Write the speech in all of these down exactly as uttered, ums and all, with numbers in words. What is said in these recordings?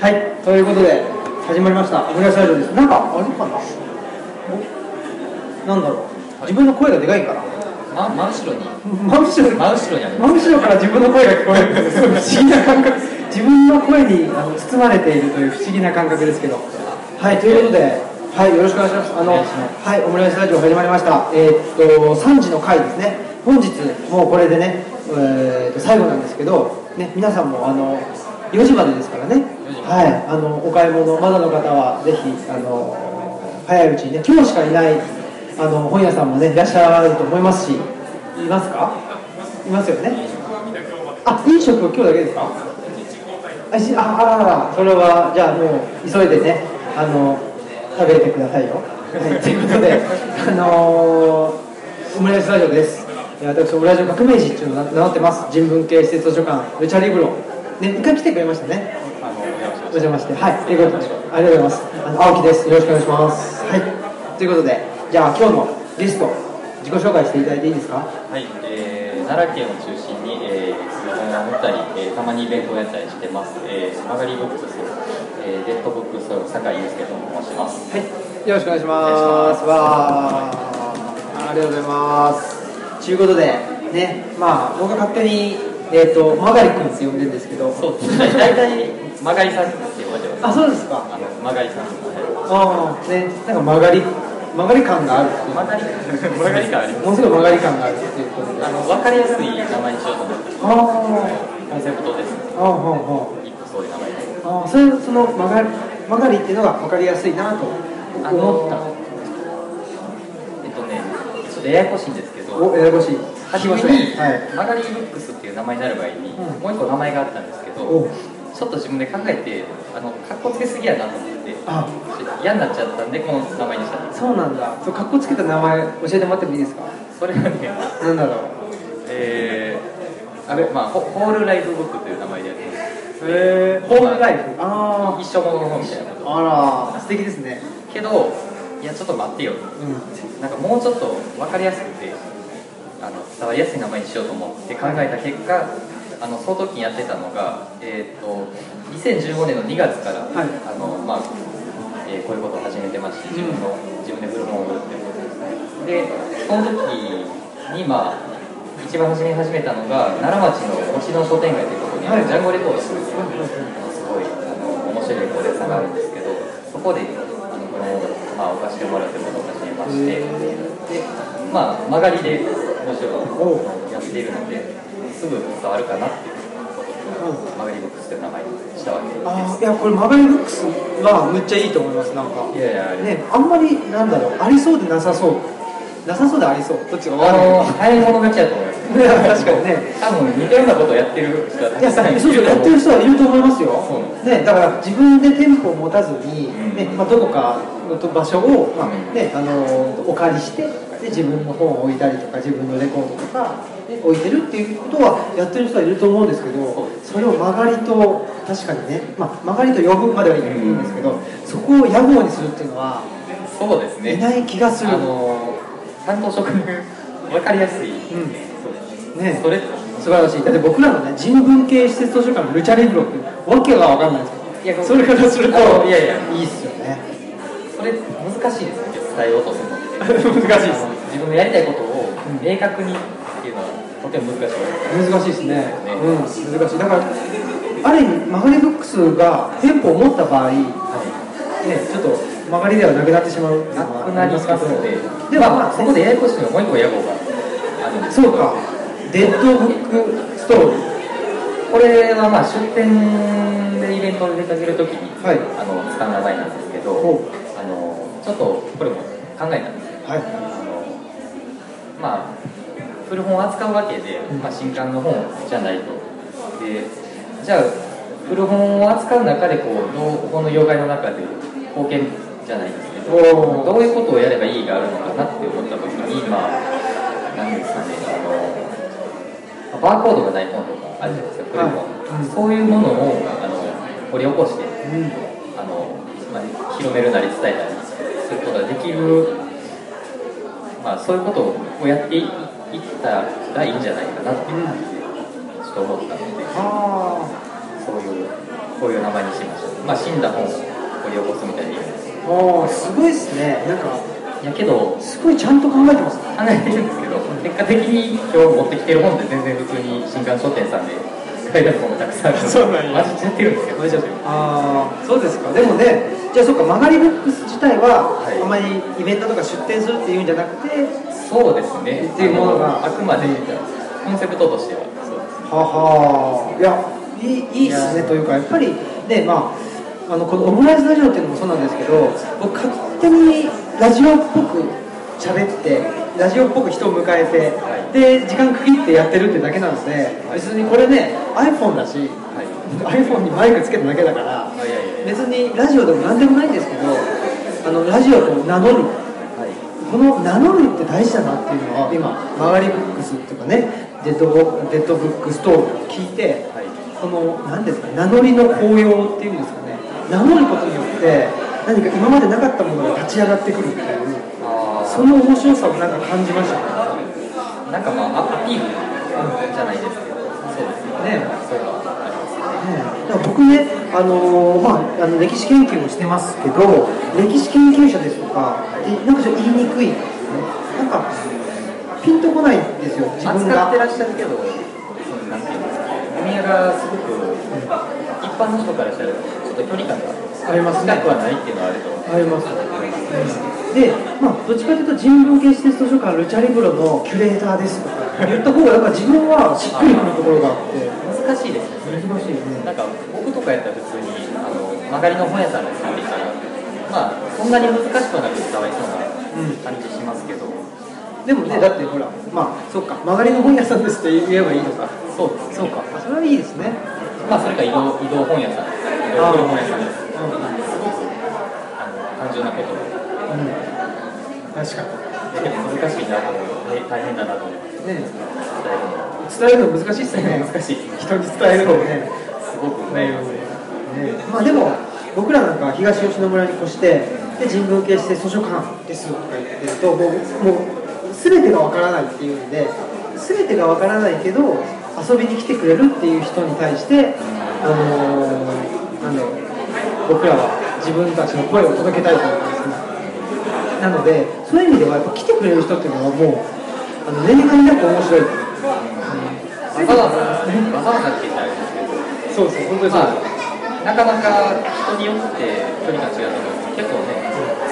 はい、ということで始まりましたオムライスラジオです。なんかあれかな、なんだろう、自分の声がでかいんかな。 ま、真後ろに真後ろ真後ろにある真後ろから自分の声が聞こえるってすごい不思議な感覚。自分の声にあの包まれているという不思議な感覚ですけど、はい、ということで、はい、よろしくお願いします。あのはい、オムライスラジオ始まりました。えー、っとさんじの回ですね。本日もうこれでね、えー、っと最後なんですけどね、皆さんもあのよじまでですからね、はい、あのお買い物まだの方はぜひあの早いうちにね、今日しかいないあの本屋さんもねいらっしゃると思いますし、いますか？いますよね。あ、飲食今日だけですか？あ、しああらら、それはじゃあもう急いでね、あの食べてくださいよ。はい、ということで、あのー、オムライスラジオです。私オムライス革命児っていうのを名乗ってます。人文系施設図書館ルチャリブロね、一回来てくれましたね。 あのお邪魔して、はい、ということでありがとうございます。あの青木です。よろしくお願いします。はい、ということで、じゃあ今日のゲスト自己紹介していただいていいですか？ はい、えー、奈良県を中心に、えー、古本を売ったり、えー、たまにイベントをやったりしてます、えー、マガリーブックス、えー、デッドブックスト酒井祐介と申します。 はい、よろしくお願いします。わー、ありがとうございます。ということでね、まあ僕が勝手にえっ、ー、とマガリ君って呼んでるんですけど、 そうですね、大体マガリさんって呼ばれてます。 あ、そうですか。 あのマガリさん、 ああね、なんか曲がり曲がり感がある。 曲がり曲がり感あります。 ものすごい曲がり感があるっていうことで、 あの分かりやすい名前にしようと思って。 ああ、 コンセプトです。 ああ、はあ、 一個そういう名前で。 ああ、それその曲がり曲がりっていうのが分かりやすいなと思った。 あのえっとね、ちょっとややこしいんですけど。 お、ややこしい。 初めに、 はい、 マガリーブックスっていう名前になる前に、うん、もう一個名前があったんですけど、ちょっと自分で考えて、あのかっこつけすぎやなと思って、あ嫌になっちゃったんでこの名前にしたんです。 そうなんだ。そう、かっこつけた名前教えてもらってもいいですか？ それはね、 なんだろう。 えー、あれ、まあホールライフブックという名前でやってます。 へー、ホールライフ。 ああ、一生ものの本みたいなこと。 あら、素敵ですね。 けど、いやちょっと待ってよ。うん、なんかもうちょっと分かりやすくて。あの伝わりやすい名前にしようと思って考えた結果、あのその時にやってたのが、えー、とにせんじゅうごねんのにがつから、はい、あのまあえー、こういうことを始めてまして、自分の、うん、自分で古本を売ってで、その時に、まあ、一番初めに始めたのが奈良町の星野商店街というところにある、はい、ジャンゴレコードという、あのすごいあの面白いレコード屋さんがあるんですけど、そこであのこの、まあ、置かせてもらうということを始めまして、でまあ、曲がりでもちろんやっているのですぐ伝わるかなっていうことで、マガリブックスという名前にしたわけです。 あ、いや、これマガリブックスはむっちゃいいと思います。なんかいやいや、 ね、あんまりなんだろう、ありそうでなさそうなさそうでありそう、どっちが分からない。 早い者勝ちだと思います。 確かにね、 多分似たようなことをやってる人はたくさんいる。 そうそう、やってる人はいると思いますよ。ね、だから自分で店舗を持たずに、ね、まあ、どこかの場所を、まあね、あのお借りしてで自分の本を置いたりとか自分のレコードとか、ね、置いてるっていうことはやってる人はいると思うんですけど、それを曲がりと確かにね、まあ、曲がりと呼ぶまではいいんですけど、そこを屋号にするっていうのはそうですね、 いない気がする。 あの担当職人分かりやすい、うん、 そうね、 それ素晴らしい。だって僕らのね、人文系施設図書館のルチャリブロってわけが分かんないんですけど、いや、それからするといやいやいいっすよね。 それ難しいですね、伝えようとするのって難しいです。 自分のやりたいことを明確にっていうのはとても難しい。 難しいですね。うん、難しい。だからある意味マガリブックスが店舗を持った場合、はい、ね、ちょっと曲がりではなくなってしまうっていうのはありますけど、 でも、まあ、そこでややこしいのはもう一個屋号があるんですけど、 そうか、デッドブックストーリー。 これはまあ出店でイベントを出かけるときに、はい、あの使う名前なんですけど、あのちょっとこれも考えたんですけど、はい、あのまあ古本を扱うわけで、まあ、新刊の本じゃないと。でじゃあ古本を扱う中でこうこの業界の中で貢献じゃないですけど、どういうことをやれば意義があるのかなって思ったときに、まあ何ですかね、あのバーコードがない本とかあるじゃないですか、古い本、はい、そういうものをあの掘り起こして、うん、あのまあ、広めるなり伝えたりすることができる、まあ、そういうことをやっていったらいいんじゃないかなっていう感じでちょっと思ったので、あそういうこういう名前にしました。まあ死んだ本を掘り起こすみたいに。 おお、すごいですね。なんかやけどすごいちゃんと考えてます。 考えてるんですけど、結果的に今日持ってきてる本って全然普通に新刊書店さんで買い出す本もたくさんあるので、 そうなんや。 混じっちゃってるんですよ。混じっちゃってる。 ああ、そうですか。でもね、じゃあそうか、曲がりブックス自体は、はい、あまりイベントとか出店するっていうんじゃなくて、 そうですね。 っていうものがあくまでコンセプトとしてはそうです。 はは、いや、いいいいですね。というかやっぱりね、まああのこのオムライスラジオっていうのもそうなんですけど、僕勝手にラジオっぽく喋ってラジオっぽく人を迎えて、はい、で時間区切ってやってるってだけなので、はい、別にこれね iPhone だし、はい、iPhone にマイクつけただけだから、はい、別にラジオでも何でもないんですけど、あのラジオと名乗る、はい、この名乗るって大事だなっていうのは今曲がりブックスとかね、デッドデッドブックストールを聞いて、はい、この何ですか、名乗りの効用っていうんですかね、名乗ることによって何か今までなかったものが立ち上がってくるっていう、その面白さをなんか感じましたね。 なんかまあアピールじゃないですけど、そうですよね。そういうのはありますね。 だから僕ね、あのー、まああの歴史研究をしてますけど、歴史研究者ですとか、なんかちょっと言いにくい、なんかピンとこないんですよ。自分が扱ってらっしゃるけど、なんていうんですか、お宮がすごく一般の人からしたらちょっと距離感がありますね。 近くはないっていうのはあると思う。 あります。で、まあ、どっちかというと人文系施設図書館ルチャリブロのキュレーターですとか言った方がなんか自分はしっくりくるところがあって難しいですね。 難しいね。 なんか僕とかやったら普通にあの曲がりの本屋さんに住んでいたら、まあそんなに難しくはなく伝わりそうな感じしますけど、うん、 でもね、だってほら、まあそうか、曲がりの本屋さんですって言えばいいのか。 そうですね。 そうか、それはいいですね。 まあそれか移動移動本屋さん、移動本屋さんです。すごくあの単純なことを。うん、 確かに。 でも難しいなと思う、ね、大変だなと思いますね。 伝えるの難しいですね。 難しい。 人に伝えるのね。 すごく悩みますね。 ね、まあでも僕らなんか東吉野村に越してで人文系施設図書館ですとか言ってるともうもう全てがわからないっていうんで、全てがわからないけど遊びに来てくれるっていう人に対して、あのー、なんだろう、僕らは自分たちの声を届けたいと思いますね。なのでそういう意味ではやっぱ来てくれる人っていうのはもうあの例外なく面白い。 わざわざわざわざって言ったらあれですけど、 そうです本当にそうです。 まあ、なかなか人によって距離感違うと思うんですけど、結構ね、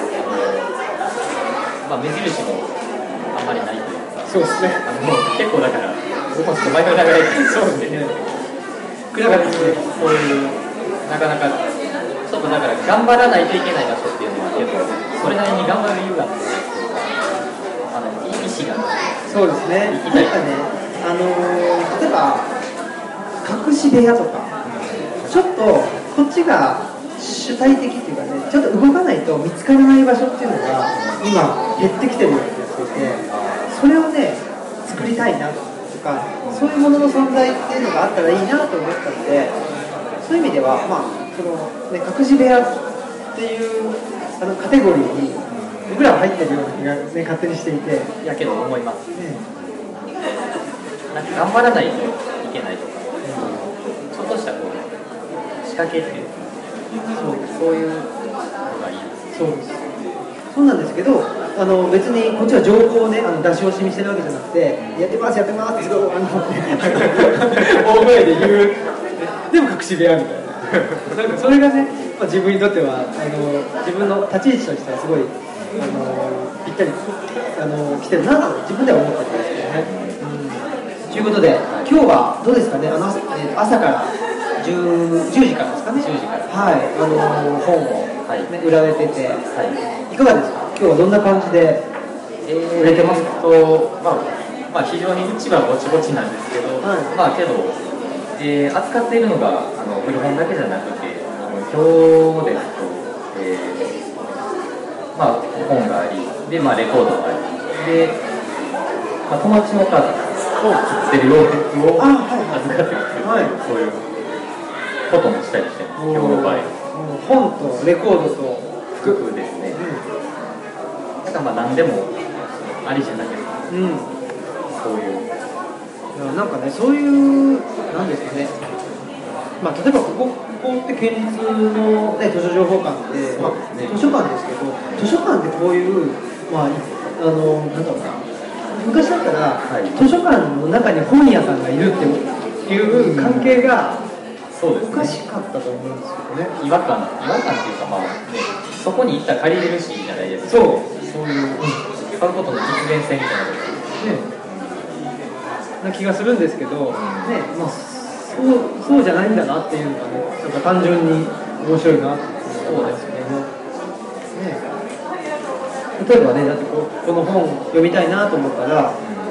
あのまあ目印もあんまりないというか、 そうですね。 あの結構だから僕もちょっと前の流れでそうですね。 だからですね、 そういうなかなかちょっとだから頑張らないといけない場所っていうのは結構それなりに頑張る理由があって、あの意思がそうですね。なんかね、あのー、例えば隠し部屋とか、ちょっとこっちが主体的っていうかね、ちょっと動かないと見つからない場所っていうのが今減ってきてるような気がしていて、それをね作りたいなとか、そういうものの存在っていうのがあったらいいなと思ったので、そういう意味ではまあそのね隠し部屋っていうあのカテゴリーに僕らは入ってるような気がね勝手にしていて、 やけど思います。ね、なんか頑張らないといけないとか、ちょっとしたこう仕掛けっていうか、そうそういうのがいいです。 そうです。そうなんですけど、あの別にこっちは情報をねあの出し惜しみしてるわけじゃなくて、やってますやってますってすごいあの大声で言う。でも隠し部屋みたいな。なんかそれがね、まあ、自分にとってはあの自分の立ち位置としてはすごいあのぴったりあの来てるなと自分では思ってるんですけどね。ということで今日はどうですかね、あの、えー、朝からじゅうじからですかね。 じゅうじから。 はい、あの本を、ね、はい、売られてて、はい、いかがですか。今日はどんな感じで売れてますか。 えー、とまあまあ非常にうちはぼちぼちなんですけど、はい、まあけど、えー、扱っているのがあの古本だけじゃなくて、あの今日ですと、えー、まあ本がありで、まあレコードがありで、まあ、友達のお母さんが作ってる洋服を預かってますけど、はい、そういうこともしたりしてます。今日の場合本とレコードと服ですね。うん、だからまあ何でもありじゃなければ、うん、そういうなんかね、そういうなんですかね、 まあ、例えばここ、ここって県立の、ね、図書情報館で、まあ、図書館ですけど、図書館ってこういう、まあ、あのなんだろうな、昔だったら、はい、図書館の中に本屋さんがいるっていう関係が、おかしかったと思うんですけどね。 違和感、違和感っていうか、まあね、そこに行ったら借りれるしじゃないですか。そう、そういう、 買うことの実現性みたいなね、 な気がするんですけど、ね、まあ、そうそうじゃないんだなっていうのがね、なんか単純に面白いなって。 そうですね。 ね、例えばね、だってここの本読みたいなと思ったら、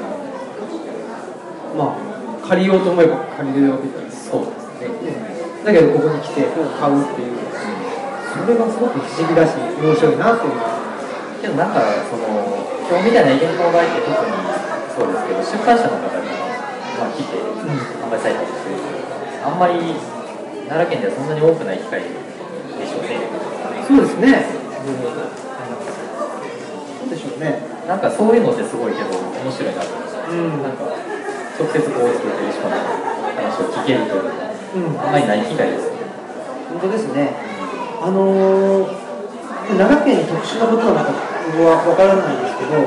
うん、まあ借りようと思えば借りれるわけじゃないですか。そうですね。だけどここに来て本を買うっていう、それがすごく不思議だし面白いなっていうのは。 けどなんかその今日みたいなイベントがいて特にそうですけど、出版社の方が、まあ、来て販売されたりする、あんまり奈良県ではそんなに多くない機会でしょうね。 そうですね。そうでしょうね。 なんかそういうのってすごいけど面白いなと思いました。うん、なんか直接こう作ってる人の話を聞けるというのは、うん、あんまりない機会ですね。 本当ですね。あのー、奈良県に特殊なことなのかはわからないんですけど、うん、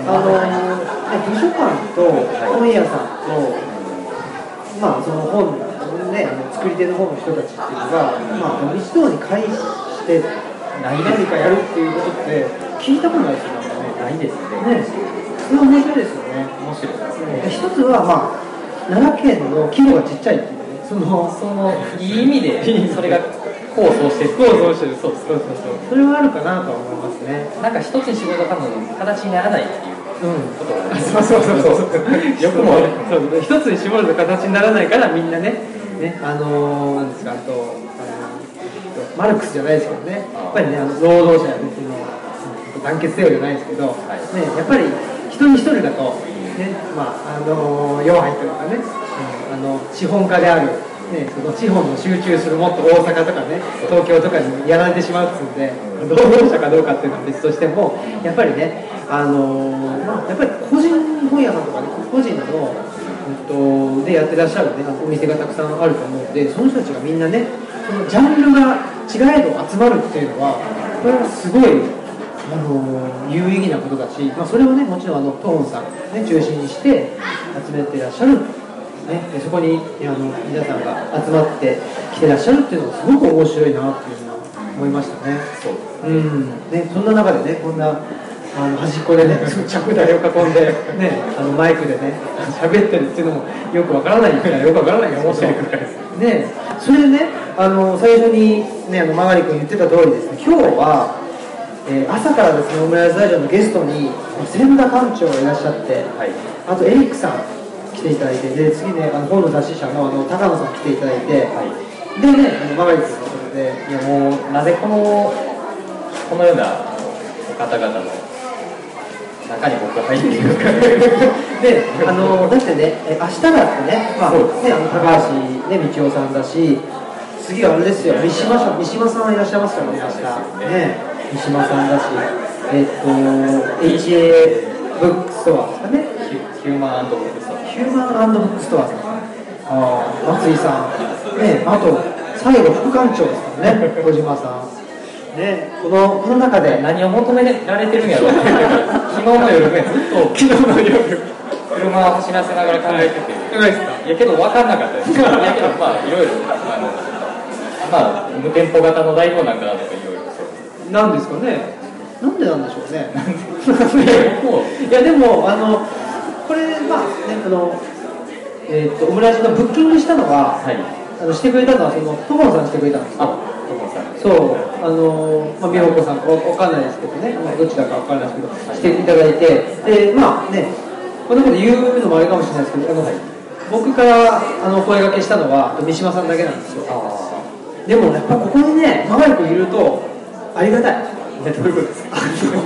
あのー、図書館と本屋さんと、まあその本ね、作り手の方の人たちっていうのが、まあ、一堂に会して何かやるっていうことって聞いたことないですよね。 ないですね。 ね、それは面白いですよね。 面白いですね。 一つは、まあ、奈良県の規模がちっちゃいっていうね、そのそのいい意味でそれが構想してる、 構想してる、そうそうそうそう、それはあるかなとは思いますね。 なんか一つに仕事多分形にならないっていうことが、 うん、そうそうそうそう、よくもそう一つに絞ると形にならないからみんなね、ね、あのー、なんですか、あと、あのマルクスじゃないですけどね、やっぱりね、あの労働者や別の団結せよじゃないですけど、はい、ね、やっぱり一人一人だと、ね、まあ、あのー、弱いというかね、うん、あの資本家である、ね、その資本の集中するもっと大阪とかね、東京とかにやられてしまうっていうんで、労働者かどうかっていうのは別としても、やっぱりね、あのー、まあ、やっぱり個人本屋さんとかね、個人のえっと、でやってらっしゃる、ね、お店がたくさんあると思うので、その人たちがみんなね、そのジャンルが違えど集まるっていうのは、これはすごい、あの有意義なことだし、まあ、それをね、もちろんあのトーンさん、ね、中心にして集めてらっしゃる、ね、でそこにあの皆さんが集まってきてらっしゃるっていうのがすごく面白いなっていうのは思いましたね。そう、うんね、そんな中でね、こんなあの端っこでね、着台を囲んで、ね、あのマイクでね、喋ってるっていうのもよくわからないからよくわからないけど、面白いくらいです。ね、それでね、あの最初にね、あの曲君言ってた通りですね、今日は、えー、朝からですね、オムライスラジオのゲストに千田館長がいらっしゃって、はい、あとエリックさん来ていただいて、で次ね、あの本の雑誌社のあの高野さん来ていただいて、はい、でね、あの曲君のことで、 いやもうなぜこのこのような方々の中に僕が入っているかで、あのだってね、え明日だってね、まあ、ね、あの高橋、ね、道夫さんだし、次はあれですよ、三島さん、三島さんいらっしゃいますからね、明日ね、三島さんだし、えっと、エイチエー ブックストアですかね、 ヒューマンブックストア、 ヒューマンブックストアさん、あ松井さん、ね、あと、最後、副館長ですからね、小島さん。ね、このこの中で何を求められてるんやろうって昨日の夜ね、ずっと昨日の夜車を走らせながら考えてて、 はい、いやけど分かんなかったですいやけどまあいろいろあのまあ無店舗型の代表なんかなとかいろいろなんですかね、なんでなんでしょうねいやでもあのこれまあね、あのえー、っとオムライスのブッキングしたのは、はい、あのしてくれたのはその所さんしてくれたんですよ。そう、あのまあ、美穂子さんかわかんないですけどね、どちらかわかんないですけど、していただいて、で、まあね、こんなこと言うのもあれかもしれないですけど、あの、はい、僕からあの声掛けしたのは三島さんだけなんですよ。でもやっぱここにね、マガリ君いるとありがたい。 どういうことですか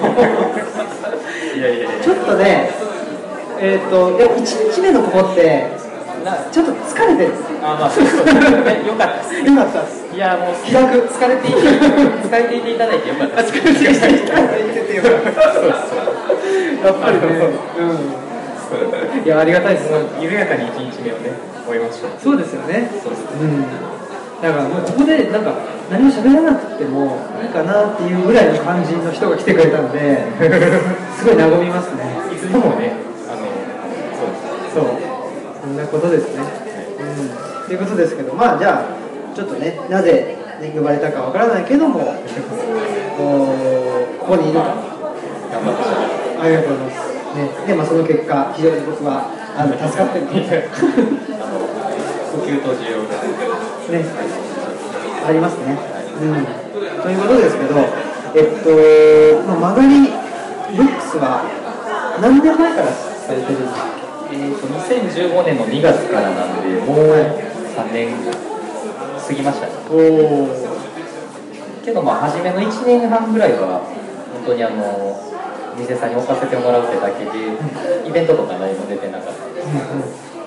いやいやいやちょっとね、えー、っと、いちにちめのここって、ちょっと疲れてる。 あ、まあ、そうそう。よかったです。 よかったです。 いや、もう、気楽、疲れていて、疲れていていただいてよかったです。疲れていていただいてよかった。そうです。 やっぱりね、うん。 いや、ありがたいです。 緩やかにいちにちめをね、終えましょう。 そうですよね。 そうです。 うん。だからもうここでなんか何も喋らなくてもいいかなっていうぐらいの感じの人が来てくれたんで、すごい和みますね。 いつでもね、あの、 そうです。そう。そんなことですね。はい、うん。ということですけど、まあじゃあちょっとね、なぜ、ね、呼ばれたかわからないけども、ここにいると。 頑張ってしまありがとうございます。ね、で、まあその結果、非常に僕はあの助かってるので、 あの呼吸と需要がね、ありますね。うん。ということですけど、えっと、まあ、曲がりルックスは何年前からされてるんですか？ えーとにせんじゅうごねんのにがつからなんで、もうさんねん過ぎましたね。おけど、まあ初めのいちねんはんぐらいは本当にあの店さんに置かせてもらうってだけで、イベントとか何も出てなかったです。うんうん、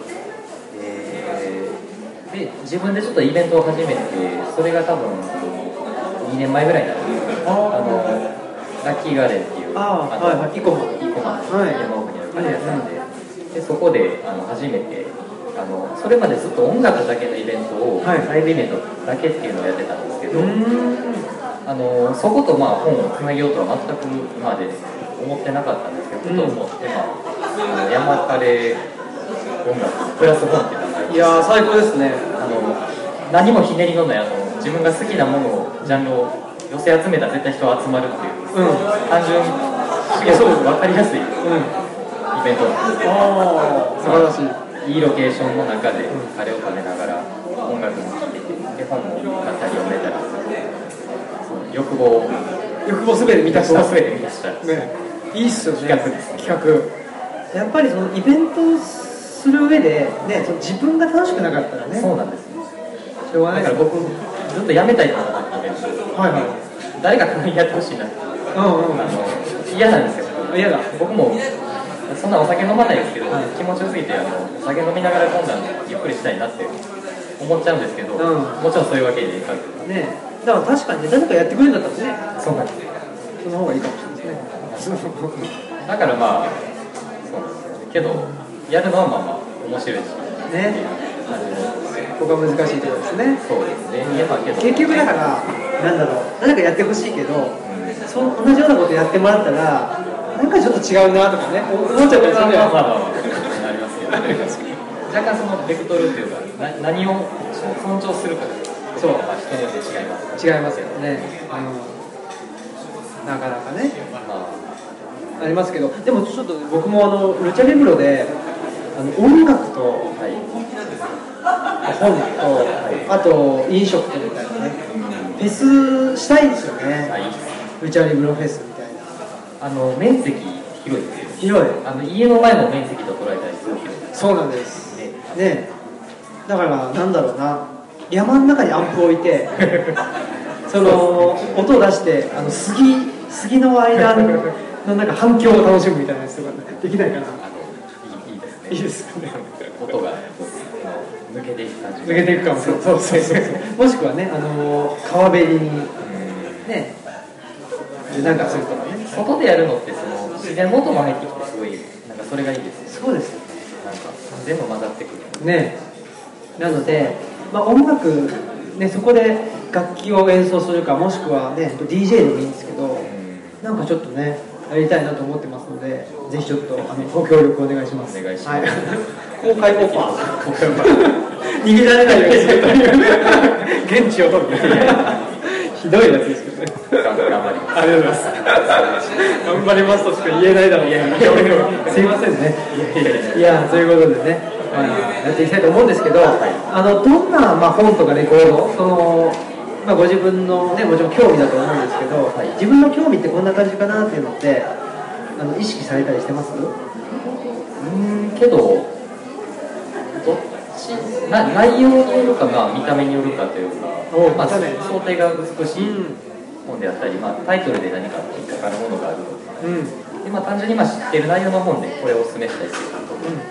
えー、で自分でちょっとイベントを始めて、それが多分にねんまえぐらいになるんですけど、あのラッキーガーデンっていう、 ああの、はい、イコマイコマの山奥にあるカレー屋さんで、でそこであの初めてあのそれまでずっと音楽だけのイベントを、はい、ライブイベントだけっていうのをやってたんですけど、あのそことまあ本をつなげようとは全く今まで思ってなかったんですけど、ふと思って、まあ、あの山カレー音楽プラス本っていう名前で、 いやー最高ですね。 あの何もひねりのないあの自分が好きなものをジャンルを寄せ集めたら絶対人が集まるっていう、うん、単純すごく分かりやすい、うん、イベントなんですけど、 素晴らしいいいロケーションの中でカレーを食べながら音楽も聴いてて、で本も買ったり読めたらその欲望を欲望すべて満たしたすべて満たした、 ね、いいっすよね。 企画です、ね、 企画やっぱりそのイベントする上で、ね、その自分が楽しくなかったらね、 そうなんですね。 しょうがない。 だから僕ずっとやめたいと思ってイベント、はいはい、誰かやってほしいなって、うんうん、あの嫌なんですよ。 嫌だ。 僕もそんなお酒飲まないですけど、はい、気持ちよすぎてあのお酒飲みながら今度はゆっくりしたいなって思っちゃうんですけど、うん、もちろんそういうわけにいかずね。だから確かに、ね、誰かやってくれるんだったらね、 そうなんです。 その方がいいかもしれないですね。 だからまあそうなんですけど、やるのはまあまあ面白いしね。ここが難しいところですね。 そうですね。やっぱけど結局だからなんだろう、誰かやってほしいけど、うん、その同じようなことやってもらったらなんかちょっと違うなとかね、思っちゃったりするんじゃないですか。まあまあまあありますけど、若干そのベクトルっていうかな何を尊重するかとかは人によって違います。 違いますよね。あのなかなかね、まあ、ありますけど、でもちょっと僕もあのルチャリブロであの音楽と、はい、本と、はい、あと飲食とみたいなね、うん、フェスしたいんですよね、はい、ルチャリブロフェスみたいな。 あの面積広いですよ。 広い。 あの家の前も面積と捉えたりするけど。 そうなんですね。ね、だからなんだろうな、山の中にアンプを置いてその音を出してあの杉杉の間のなんか反響を楽しむみたいなやつとかできないかな。 いいですね。 いいですかね。 音が抜けていく感じ。 抜けていくかもしれない。そうそうそう。もしくはね、あの川べりにね、なんかするとかね。 外でやるのってその自然の音も入ってきてすごいなんかそれがいいですよ。 そうです。 なんか全部混ざってくる。 ね。なので、まあ音楽ね、そこで楽器を演奏するか、もしくはね ディージェー でもいいんですけど、なんかちょっとねやりたいなと思ってますので、ぜひちょっとあのご協力お願いします。 お願いします。はい、 公開オファー。逃げられないようにするという現地を取る。ひどいやつですけどね。 頑張ります。 ありがとうございます。頑張りますとしか言えないだろう。すいませんね。いや、ということでね、まあ、やっていきたいと思うんですけど、あのどんな、まあ、本とかレコード、その、まあ、ご自分のね、もちろん興味だと思うんですけど、はい、自分の興味ってこんな感じかなっていうのってあの意識されたりしてます？ うーんけどどっちな内容によるか、まあ、見た目によるかというか、まあ、想定が美しい本であったり、まあ、タイトルで何か引っかかるものがあるとか、うん、でまあ、単純にまあ知っている内容の本でこれをお勧めしたいということ、うん、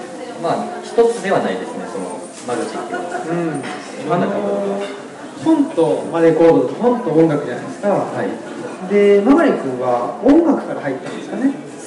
まあ一つではないですね、その間口っていうのは、うん、いろんなところ本と、まあ、レコードと本と音楽じゃないですか、はい、でママリ君は音楽から入ったんですかね。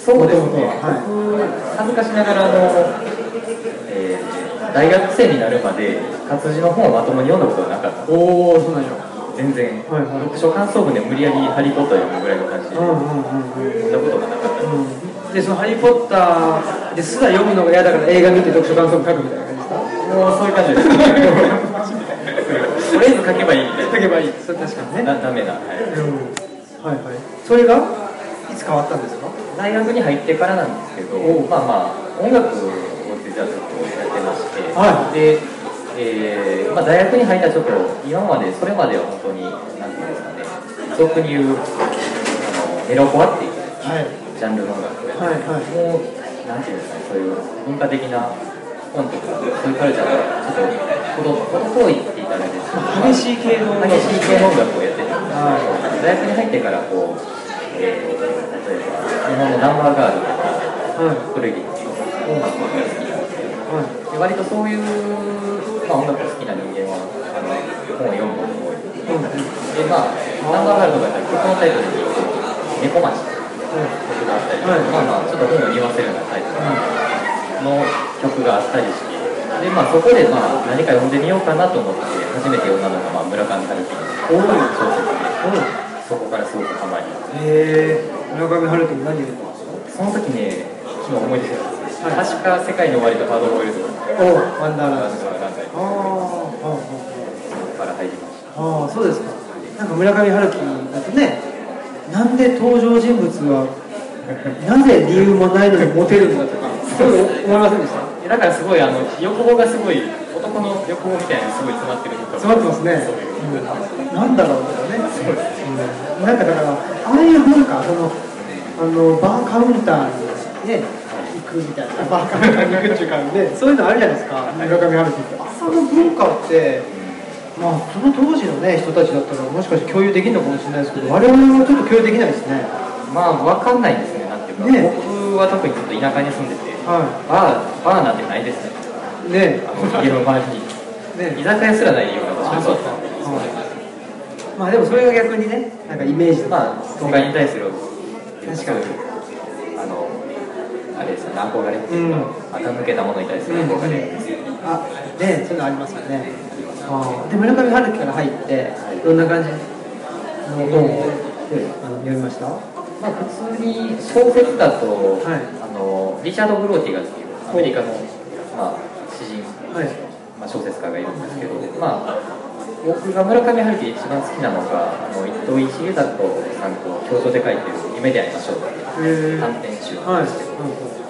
そうですね、はい、僕恥ずかしながらあの、えー、大学生になるまで活字の本をまともに読んだことがなかった。 おお、そうなんや。 全然、はいはい、読書感想文で無理やりハリー・ポッター読むぐらいの感じで、読んだことがなかった。うん、 で、そのハリー・ポッターですら読むのが嫌だから映画見て読書感想文書くみたいな感じですか？ もうそういう感じです。とりあえず書けばいいみたいな。 書けばいい。それ確かにね。 ダメな。はい、うん、 はいはい。それがいつ変わったんですか？ 大学に入ってからなんですけど、まあまあ音楽を実はずっとやってまして、はい、で、えーまあ、大学に入ったらちょっと今までそれまでは本当になんていうんですかね、俗に言うあのメロコアっていう、はい、ジャンルの音楽をやって、はいはい、もうなんていうんですかね、そういう文化的な本とかそういうカルチャーがちょっと程遠いって言ったらあれですけど、激しい系の激しい系の音楽をやってたんですけど、大学に入ってからこう、えー、例えば日本のナンバーガールとか、はい、古着っていう音楽が好きなんですけど、はい、で割とそういう、まあ、音楽が好きな人間はあの本を読むことが多い、うん、でまあナンバーガールとかやったら曲のタイトルに「猫町」という曲があったり、はい、まあまあちょっと本を言わせるようなタイトルの曲があったりして、でまあそこでまあ何か読んでみようかなと思って初めて読んだのが、まあ、村上春樹の小説で。そこからすごくハマり。 へえ。村上春樹に何読んだんですか？ その時ね、今思い出せるんです、はい、確か世界の終わりとハードボイルド。 おお、ワンダーランド。ああ、そこから入りました。 ああ、そうですか。なんか村上春樹だとね、なんで登場人物はなぜ理由もないのにモテるんだとか、そういうの思いませんでした？ だからすごいあの欲望がすごい男の欲望みたいなのすごい詰まってると詰まってますね。そういう、うん、なんだろうとかね。そうです、うん、なんかだからああいう文化、そのあのバーカウンターにね行くみたいな、バーカウンターに行くっていうかね、そういうのあるじゃないですか。村上春樹ってあの文化って、まあその当時のね人たちだったらもしかして共有できるのかもしれないですけど、我々はちょっと共有できないですね。 まあ分かんないですね。なんていうか、ね、僕は特にちょっと田舎に住んでて、はい、バーバーなんてないですね。ね、あの家の周りに、ね、居酒屋すらないような場所だったんで、 まあでもそれが逆にね、なんかイメージとか、 まあ都会に対する確かにあのあれですよね、憧れっていうか、垢抜けたものに対する憧れですよね。 うん、あ、ね、そういうのありますよね。あで村上春樹から入ってどんな感じの本を読みました？ まあ普通に小説だと、はい、あのリチャード・ブローティガーっていうアメリカのまあ詩人、はい、まあ、小説家がいるんですけど、まあ、僕が村上春樹で一番好きなのがあの糸井重里さんと共同で書いてる「夢で会いましょう」っていう短編集なんですけど、はい、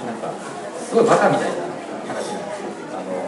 なんかすごいバカみたいな話なんですよ。あの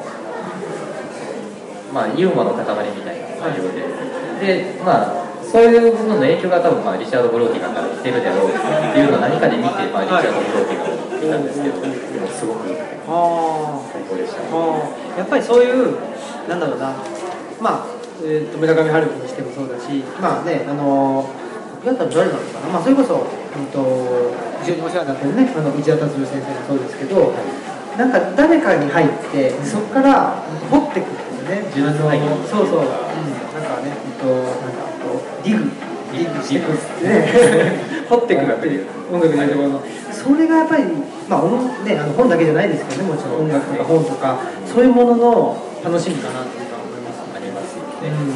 まあユーモアの塊みたいな内容で、はい、でまあそういう部分の影響が多分、まあ、リチャード・ブローティガーから来てるだろうっていうのを何かで見て、まあ、リチャード・ブローティガーを見たんですけど、もうすごく最高でした、ね、 あやっぱりそういうなんだろうな、まあ、えー、と村上春樹にしてもそうだし、まあね、あの僕だったら誰なのかな、まあ、それこそ、うんと、非常にお世話になってるね、あの内田達郎先生もそうですけど、なんか誰かに入ってそこから掘っていくっていうね、自分のそうそう、うん、なんかね、うんと、なんかこうディグディグしていくってね掘っていくっていう音楽のところの、それがやっぱり、まあね、あの本だけじゃないですけどね、もちろん音楽とか本とかそういうものの楽しみかなっていうか思います。 ありますよね、うん、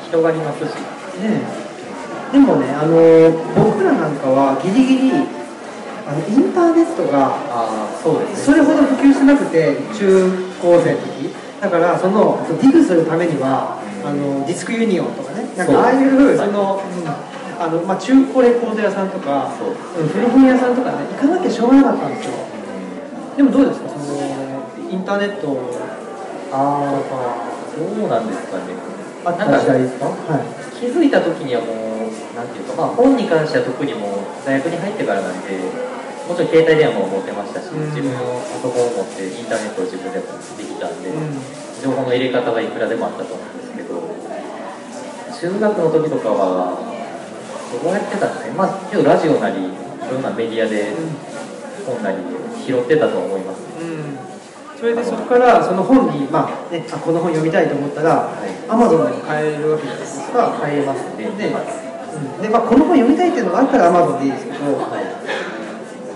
広がりますしね。でもね、あの僕らなんかはギリギリあのインターネットがあそうです、 ね、それほど普及してなくて、中高生の時だからそのディグするためには、うん、あのディスクユニオンとかね、なんかああいうその、うん、あのまあ、中古レコード屋さんとか、うん、古本屋さんとかね行かなきゃしょうがなかったんですよ。うん、でもどうですか、そのインターネットああそうなんですかね。 あった時代ですか？はい、 気づいた時にはもうなんていうか、まあ、本に関しては特にもう大学に入ってからなんで、もちろん携帯電話も持ってましたし、うん、自分のパソコンを持ってインターネットを自分でもできたんで、うん、情報の入れ方はいくらでもあったと思うんですけど、中学の時とかはどうやってたんですかね。まあけどラジオなりいろんなメディアで本なり拾ってたと思います、ね。うん、 それでそこからその本に、まあね、あこの本読みたいと思ったら、アマゾンでも買えるわけじゃないですか。 買えますね。 で、うんでまあ、この本読みたいっていうのがあったらアマゾンでいいですけど、はい、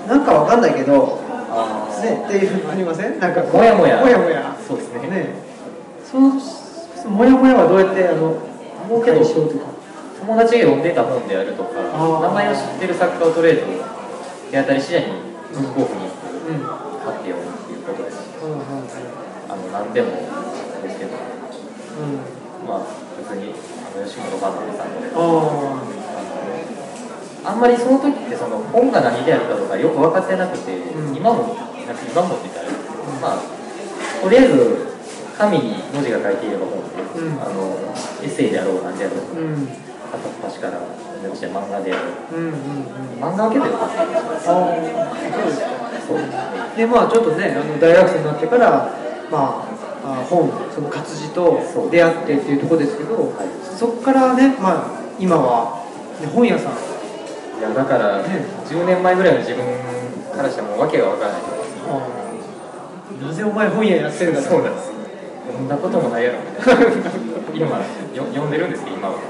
なんかわかんないけど、ね、っていうのありません？なんかもやもやもやもや。 そうですね。 ね、そのそのもやもやはどうやってあの儲けにしようというか。 友達が読んでた本であるとか、名前を知ってる作家をとりあえず手当たり次第にブックオフに買って読むっていうことです。うんうんうん、あの何でもですけど、うん、まあ普通にあの吉本ばんさんで。あんまりその時ってその本が何であるかとかよく分かってなくて、うん、今もなんか今もって言ったら、うん、まあとりあえず紙に文字が書いていれば本で、うん、あのエッセイであろうなんであろう、うん、片っ端からめちゃ漫画である、うんうんうん、漫画は結構よかったんですよ。あそうですね。でまあちょっとねあの大学生になってからまあ本その活字と出会ってっていうところですけど、はい、そこからねまあ今は、ね、本屋さん。 いやだからじゅうねんまえぐらいの自分からしたらもう訳が分からないと思います。 なぜお前本屋やってるんだ。 そうなんです。そんなこともないやろみたいな今よ読んでるんですけど今は、うんうん、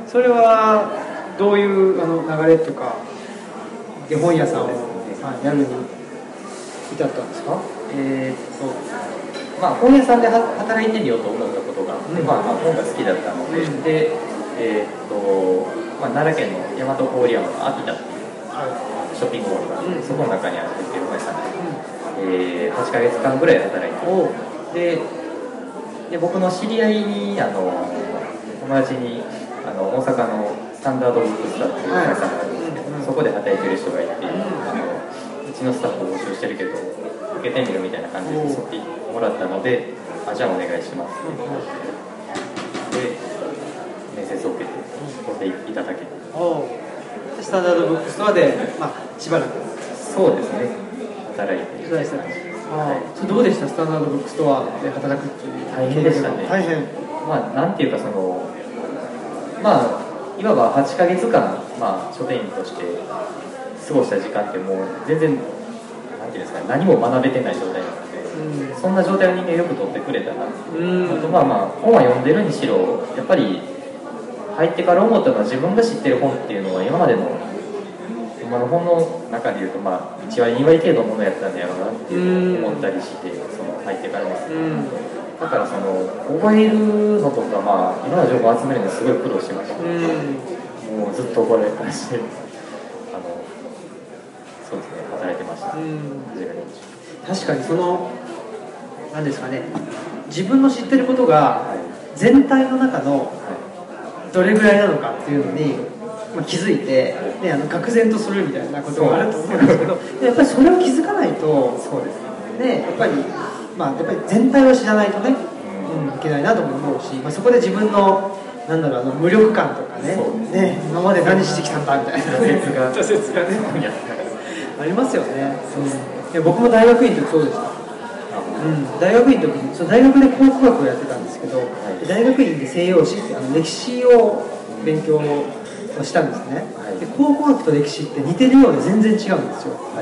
それはどういうあの流れとかで本屋さんを、ね、やるに至ったんですか？ えー、っとまあ本屋さんで働いてみようと思ったことがあって、うん、まあ、まあ本が好きだったので、うん、でえー、っとまあ、奈良県の大和郡山の秋田っていう、はい、ショッピングモールがあって、うん、そこの中にあるっていう本屋さんで、うん、えー、はちかげつかんぐらい働いて、でで僕の知り合いにあの友達にあの大阪のスタンダードブックスターっていう会社があるんですけど、はい、そこで働いてる人がいて、うん、あのうちのスタッフを募集してるけど受けてみるみたいな感じで誘ってもらったので、あじゃあお願いしますっていうことで、面接を受けて取っていただけた。 スタンダードブックストアで、まあ、しばらくそうですね働いていただきました。 はい、それどうでした？スタンダードブックストアで働くっていう。 大変でしたね。 大変。 まあなんていうかそのまあいわばはちかげつかん、まあ、書店員として過ごした時間ってもう全然なんていうんですかね、何も学べてない状態なので、うん、そんな状態の人間よく取ってくれたなっていう、うん、あとまあまあ本は読んでるにしろやっぱり入ってから思ったのは自分が知ってる本っていうのは今までの今の本の中でいうとまあいちわりにわり程度のものやったんだやろうなっていう思ったりして、その入ってからですね、うん、だからその覚えるのとかまあいろんな情報を集めるのにすごい苦労しました、うん、もうずっと覚えられてあのそうですね働いてました、うん、 確かにその何ですかね、自分の知ってることが全体の中のどれぐらいなのかっていうのに、まあ、気づいて、ね、あの愕然とするみたいなことがあると思うんですけど、やっぱりそれを気づかないと、そうですね、やっぱり、まあ、やっぱり全体を知らないとね、うん、いけないなとも思うし、まあ、そこで自分のなんだろう、あの無力感とかね、ね、今まで何してきたんだみたいな挫折が挫折がねありますよね、うん、いや僕も大学院の時そうでした。うん、大学院の時にその大学で考古学をやってたんですけど、はい、大学院で西洋史ってあの歴史を勉強をしたんですね、はい、で考古学と歴史って似てるようで全然違うんですよ、はい、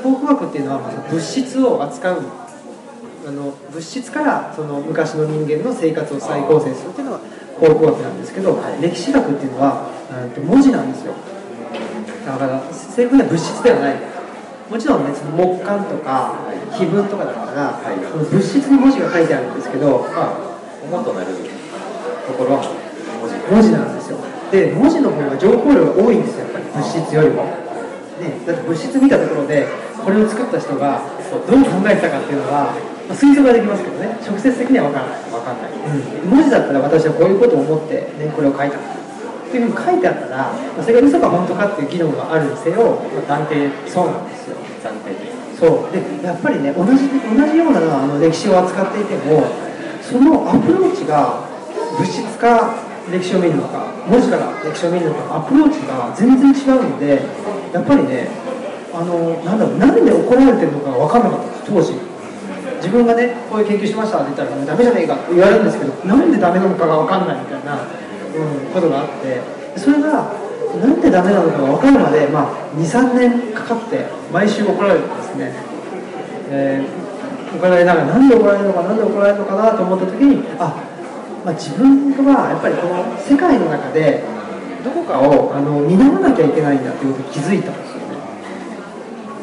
考古学っていうのはまあ物質を扱うあの物質からその昔の人間の生活を再構成するっていうのが考古学なんですけど、はい、歴史学っていうのは文字なんですよ。だから正確には物質ではない。もちろんね、その木簡とか碑文とかだったら、はい、その物質に文字が書いてあるんですけど、 まあ、主となるところは文字文字なんですよ。で、文字の方が情報量が多いんですよ、やっぱり物質よりも。ね、だって物質見たところで、これを作った人がどう考えてたかっていうのは、まあ、推測ができますけどね、直接的には分からない。 分かんない、 うん、文字だったら私はこういうことを思って、ね、これを書いたっていうふうに書いてあったら、まあ、それが嘘か本当かっていう議論があるにせよ、 まあ、断定そうなんですよ。 断定的。 そうでやっぱりね、同じ同じようなあの歴史を扱っていても、そのアプローチが物質か歴史を見るのか、文字から歴史を見るのか、アプローチが全然違うので、やっぱりね、あのなんだろう、何で怒られてるのか分からなかったんです、当時。自分がね、こういう研究しましたって言ったら、ダメじゃねえかって言われるんですけど、なんでダメなのかが分かんないみたいな、うん、ことがあって、それがなんでダメなのかが分かるまで、まあ、にさんねんかかって毎週怒られてですね、えー、怒られながらなんで怒られるのかなんで怒られるのかなと思った時に、あ、まあ、自分はやっぱりこの世界の中でどこかをあの担わなきゃいけないんだっていうことに気づいたんですよね。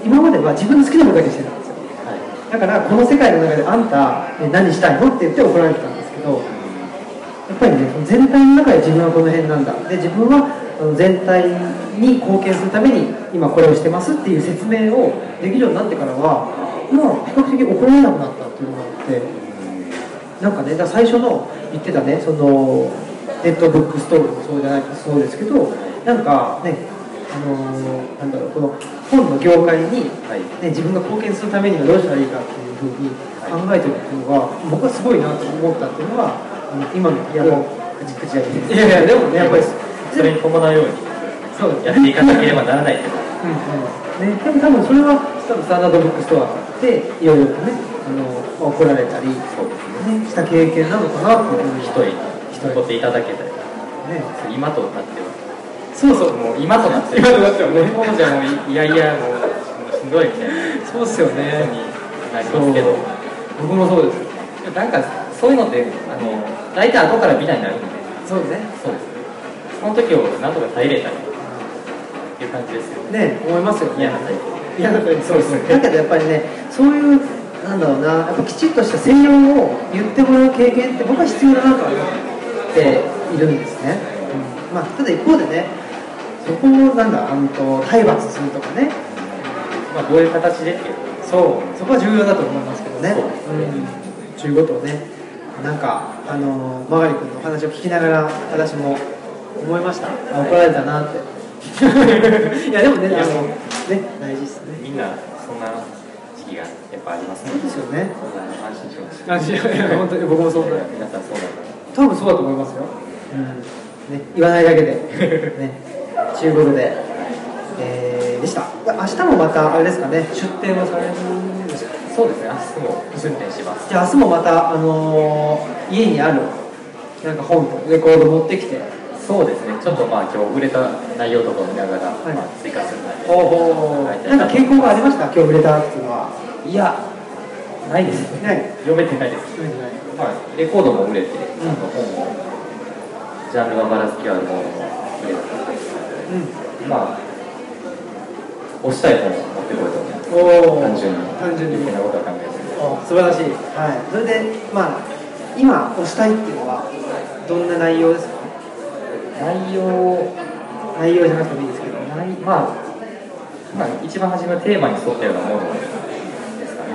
今までは自分の好きなことだけしてたんですよ、はい、だからこの世界の中であんた、ね、何したいのって言って怒られてたんですけど、やっぱりね全体の中で自分はこの辺なんだで自分は全体に貢献するために今これをしてますっていう説明をできるようになってからはまあ比較的怒られなくなったっていうのがあって、なんかねだ最初の言ってたねそのネットブックストーリーもそうじゃないそうですけど、なんかねあのー、なんだろうこの本の業界に、ね、自分が貢献するためにはどうしたらいいかっていうふうに考えてるっていうのが僕はすごいなと思ったっていうのは今のいやもう口口だけです。いやいやでもねやっぱりそれに伴うようにそうやっていかなければならないけど、うんうんね、 でも多分それは多分スタンダードブックストアでいろいろとねあの、まあ、怒られたりそうです、ね、した経験なのかなっていうふうに一人一人っていただけたり、ね、今となってはそうそうもう今となって今となってはね当時はもういやいやもうしんどいみたいなそうですよねなりますけど僕もそうですなんかそういうのってあの大体後から美談になるんでそうですねそうですその時を何とか耐えれたりっていう感じですよね思いますよね嫌なタイプ嫌なタイプそうですねだけどやっぱりねそういうなんだろうなやっぱきちっとした専用を言ってもらう経験って僕は必要だなと思っているんですね、うん、まあただ一方でねそこをなんだあの体罰するとかね、 まあどういう形でっていうそうそこは重要だと思いますけどねそういう、うん、ことをねなんかあの曲がり君のお話を聞きながら私も思いました。あ怒られたなっていやでもねあのね大事ですねみんなそんな時期がやっぱありますねそうですよね安心しました安心いや本当に僕もそうだ皆さんそうだ多分そうだと思いますよ、うんね、言わないだけでねということで、えー、でした明日もまたあれですかね出店をされるんですかそうですね明日も出店しますじゃあ明日もまた、あのー、家にあるなんか本とレコード持ってきてそうですねちょっとまあ今日売れた内容とかを見ながら、はいまあ、追加する内容おなんか傾向がありました今日売れたっていうのはいやないですね、はい、読めてないです読めてない、まあ、レコードも売れて、うん、あの本もジャンルがばらつきあるものも売れた、うん、まあ推したい本を持ってこいと思う単純に単純に余計なことは考えずに素晴らしい、はい、それでまあ今推したいっていうのはどんな内容ですか内容内容じゃなくてもいいですけど内、まあ、まあ一番初めのテーマに沿ったようなものですかね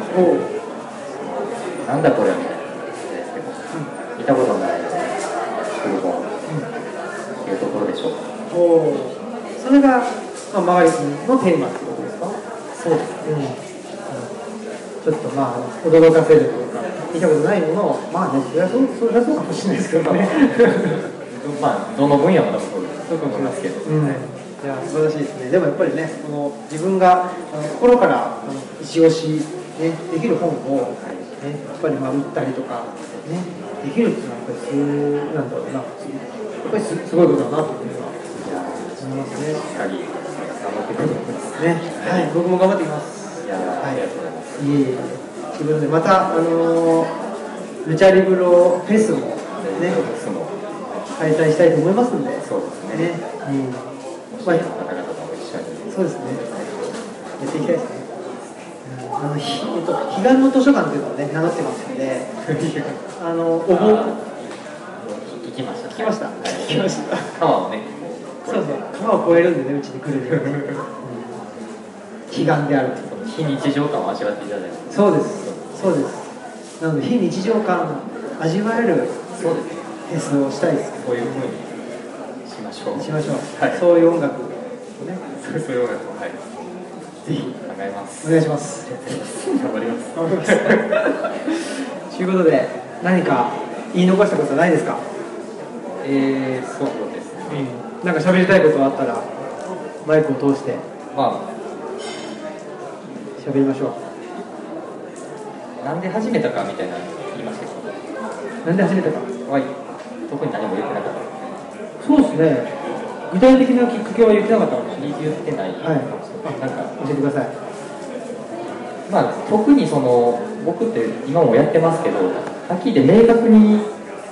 なんだこれみたいなですけど、うん、見たことない古本というところでしょうかおそれが、まあ、曲がり君のテーマってことですかそうですね、うんちょっとまあ驚かせるというか見たことないものをまあねそれはそうそれはそうかもしれないですけどねまあどの分野も多分そうかもしれないですけど、うん、いや素晴らしいですねでもやっぱりねこの自分があの心からあの一押し、ね、できる本を、ね、やっぱりまあ売ったりとか、ね、できるっていうのはやっぱりそうなんだろうなやっぱり す, すごいことだなというのは思いますねしっかり頑張っていくと思いますねはい、僕も頑張っていきますいや、はい、ありがとうございますいえいえということでまた、あのー、ルチャリブロフェスもね開催したいと思いますのでそうですねね、 うんまあ、方々とも一緒にそうですねやっていきたいですね、うん、あのひ、えっと、彼岸の図書館というのをね名乗ってますのであのお盆聞きました聞きました聞きました川をねそうそう川を越えるんでねうちに来るにはね、うん、彼岸である非日常感を味わっていただいてそうですそうですなので非日常感味わえるそうですフェスをしたいですこういうふうにしましょうしましょう、 はい、 そういう音楽をねそういう音楽をはいぜひ考えますお願いします頑張ります頑張りますということで何か言い残したことはないですかえー、そうですね、 うん、なんか喋りたいことあったらマイクを通してまあ喋りましょうなんで始めたかみたいな言いましたけどなんで始めたかはい特に何も言ってなかったそうですね具体的なきっかけは言ってなかったかもしれない言ってない、 はい、なんか教えてくださいまあ特にその僕って今もやってますけどはっきり言って明確に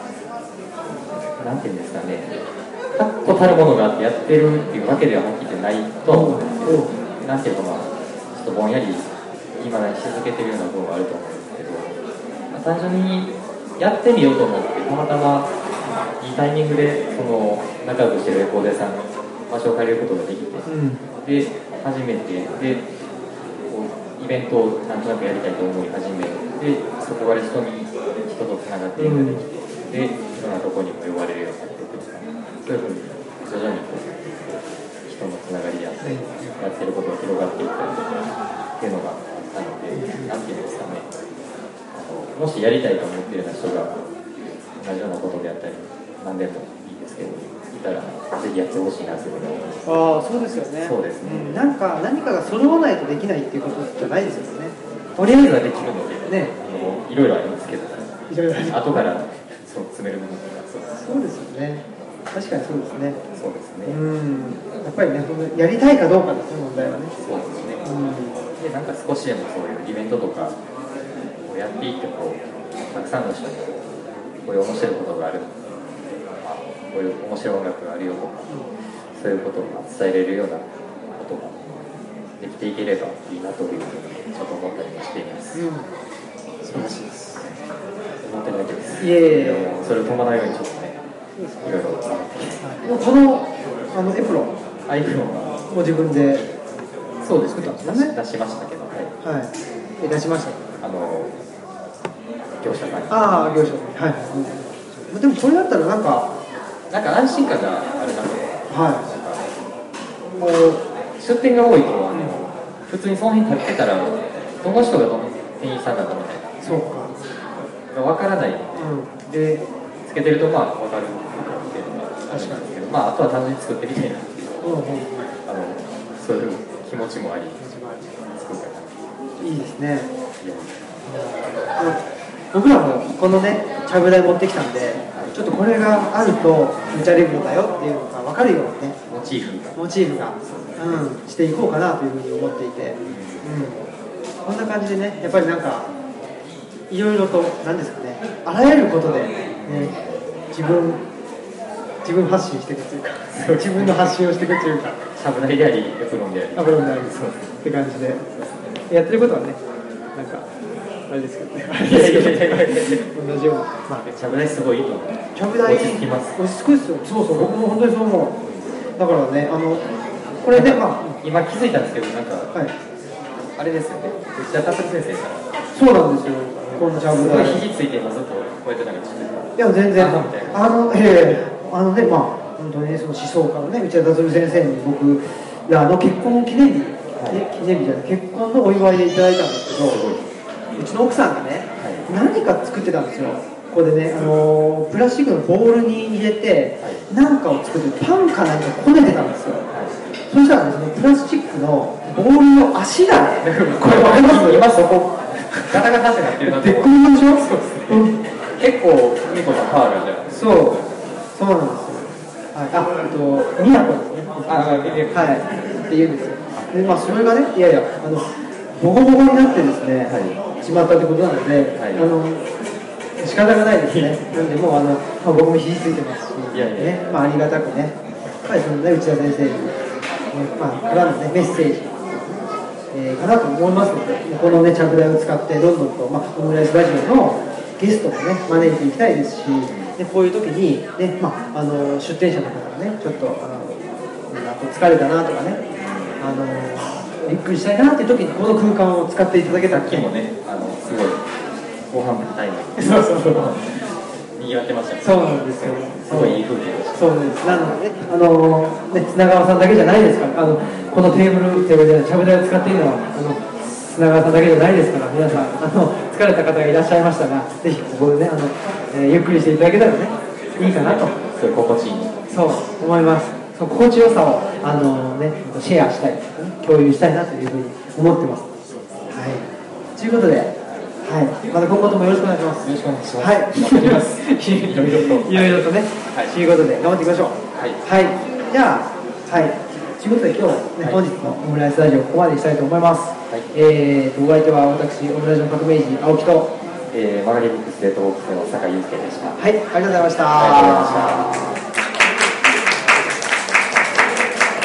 なんていうんですかね確固たるものがあってやってるっていうわけでははっきり言ってないと思うんですけどなんていうかまあちょっととぼんやり今だにし続けてるような部分はあると思うんですけど、まあ、単純にやってみようと思ってたまたまいいタイミングでその仲良くしてるレコード屋さんの場所を借りることができて、うん、で初めてでこうイベントをなんとなくやりたいと思い始めて、そこから人に人とつながっていくできて、でいろんなところにも呼ばれるようになっていくとか、そういうふうに徐々にこう人のつながりであったり、やってることが広がっていったりっていうのがあったので、なんていうんですかね、あのもしやりたいと思っているような人が同じようなことであったり、何でもいいですけど、いたらぜひやってほしいなというふうに思います。 ああ、そうですよね。 そうですね、 うん、なんか何かが揃わないとできないっていうことじゃないですよね。 とりあえずはできるので、ね、あのいろいろありますけど、いろいろ後からそう詰める部分とか、 そうですよね。確かにそうですね。 そうですね。 うん、やっぱりね、やりたいかどうかですね、問題はね。 そうですね。うん、で、なんか少しでもそういうイベントとかをやっていってこう、たくさんの人にこうこういう面白いことがある、まあ、こういう面白い音楽があるよとか、うん、そういうことを伝えれるようなことができていければいいなというふうにちょっと思ったりもしています。うん、 素晴らしいです。 思ってないです。 いえいえ。 それを止まらないようにちょっとね、いろいろ。 このあのエプロン、 アイプロンはもう自分でそうです作ったんですよね。 出しましたけど、はい。 はい。え出しました。 あの業者さんに。 ああ、業者さんに。はい。うん、でもこれだったらなんかなんか安心感があるなと。 はい。 もう出店が多いとあの、うん、普通にその辺立ってたらどの人がどの店員さんだったみたいな。 そうか。 わからないので、うん、でつけてるとまあわかるっていうのがあるんですけど、まああとは単純に作ってみたいなっていう、うんうん、あのそういう気持ちもあり作った感じ。いいですね。僕らもこのねちゃぶ台持ってきたんで、はい、ちょっとこれがあるとムチャリブロだよっていうのが分かるようにね、 モチーフがモチーフが、うん、していこうかなというふうに思っていて、うん、こんな感じでね、やっぱりなんかいろいろと何ですかね、あらゆることで、ね、自分自分発信していくというか自分の発信をしていくというか、 しゃぶ台でありエプロンでありエプロンでありそうって感じでやってることはね、なんかあれですけどね、同じような、 まあ、ちゃぶ台すごいいいと思う。 ちゃぶ台落ち着きます。 落ち着くですよ。そうそう、僕も本当にそう思う。だからね、あのこれで、まあ、 今気づいたんですけど、なんか、はい、あれですよね、内田達先生からそうなんですよ、このちゃぶ台すごい肘ついて今ずっとこうやってなんかいや全然あのええあのね、まあ本当にね、その思想家のね内田達先生に僕らの結婚記念日、はい、記念日じゃない結婚のお祝いでいただいたんですけど、うちの奥さんがね、はい、何か作ってたんですよ。ここでね、あのー、プラスチックのボウルに入れて、はい、何かを作ってパンかなんかこねてたんですよ。はい、そしたらね、そのプラスチックのボウルの足がね、これ分かります？ 今そこガタガタってなってるので、 でっこみでしょ？ そうですね。うん、結構ミコのパワーがじゃあ。 そう、そうなんですよ。はい、あ、えっとミヤコですね。あ、はい、って言うんですよ。で、まあそれがね、いやいやあのボコボコになってですね、はい、しまったってことなので、はい、あの仕方がないですね。なんでもうあの、まあ、僕も肘ついてますし、いやいやね、まあありがたくね、やっぱりそのね内田先生に、ね、まあからのねメッセージ。えー、かなと思いますので、このねちゃぶ台を使ってどんどんと、まあ、オムライスラジオのゲストもね招いていきたいですし、でこういう時にね、まあ、あの出店者の方がねちょっとあの疲れたなとかね、あのびっくりしたいなっていう時にこの空間を使っていただけたら、 さっきもね、あのすごい後半タイムそうそうそう賑わってましたね。 そうなんですよ。 すごいいい風景でした。 そうです。なのでね、あのね砂川さんだけじゃないですから、あのこのテーブルテーブルでちゃぶ台を使っているのはあの砂川さんだけじゃないですから、皆さんあの疲れた方がいらっしゃいましたが、ぜひここでねあの、えー、ゆっくりしていただけたらねいいかなと。 そういう心地いい。 そう思います。その心地よさをあのねシェアしたい、共有したいなというふうに思ってます。はい。ということで。はい、また今後ともよろしくお願いします。 よろしくお願いします。 はい、 頑張ります。いろいろと。 いろいろとね、はい、ということで頑張っていきましょう。 はい。 はい、じゃあ、はい、ということで今日、ね、はい、本日のオムライスラジオここまでしたいと思います。はい、えーとお相手は私オムライスの革命児青木と、 えー、マガリブックスデートボックスの坂井祐介でした。 はい、ありがとうございました。 ありがとうございました。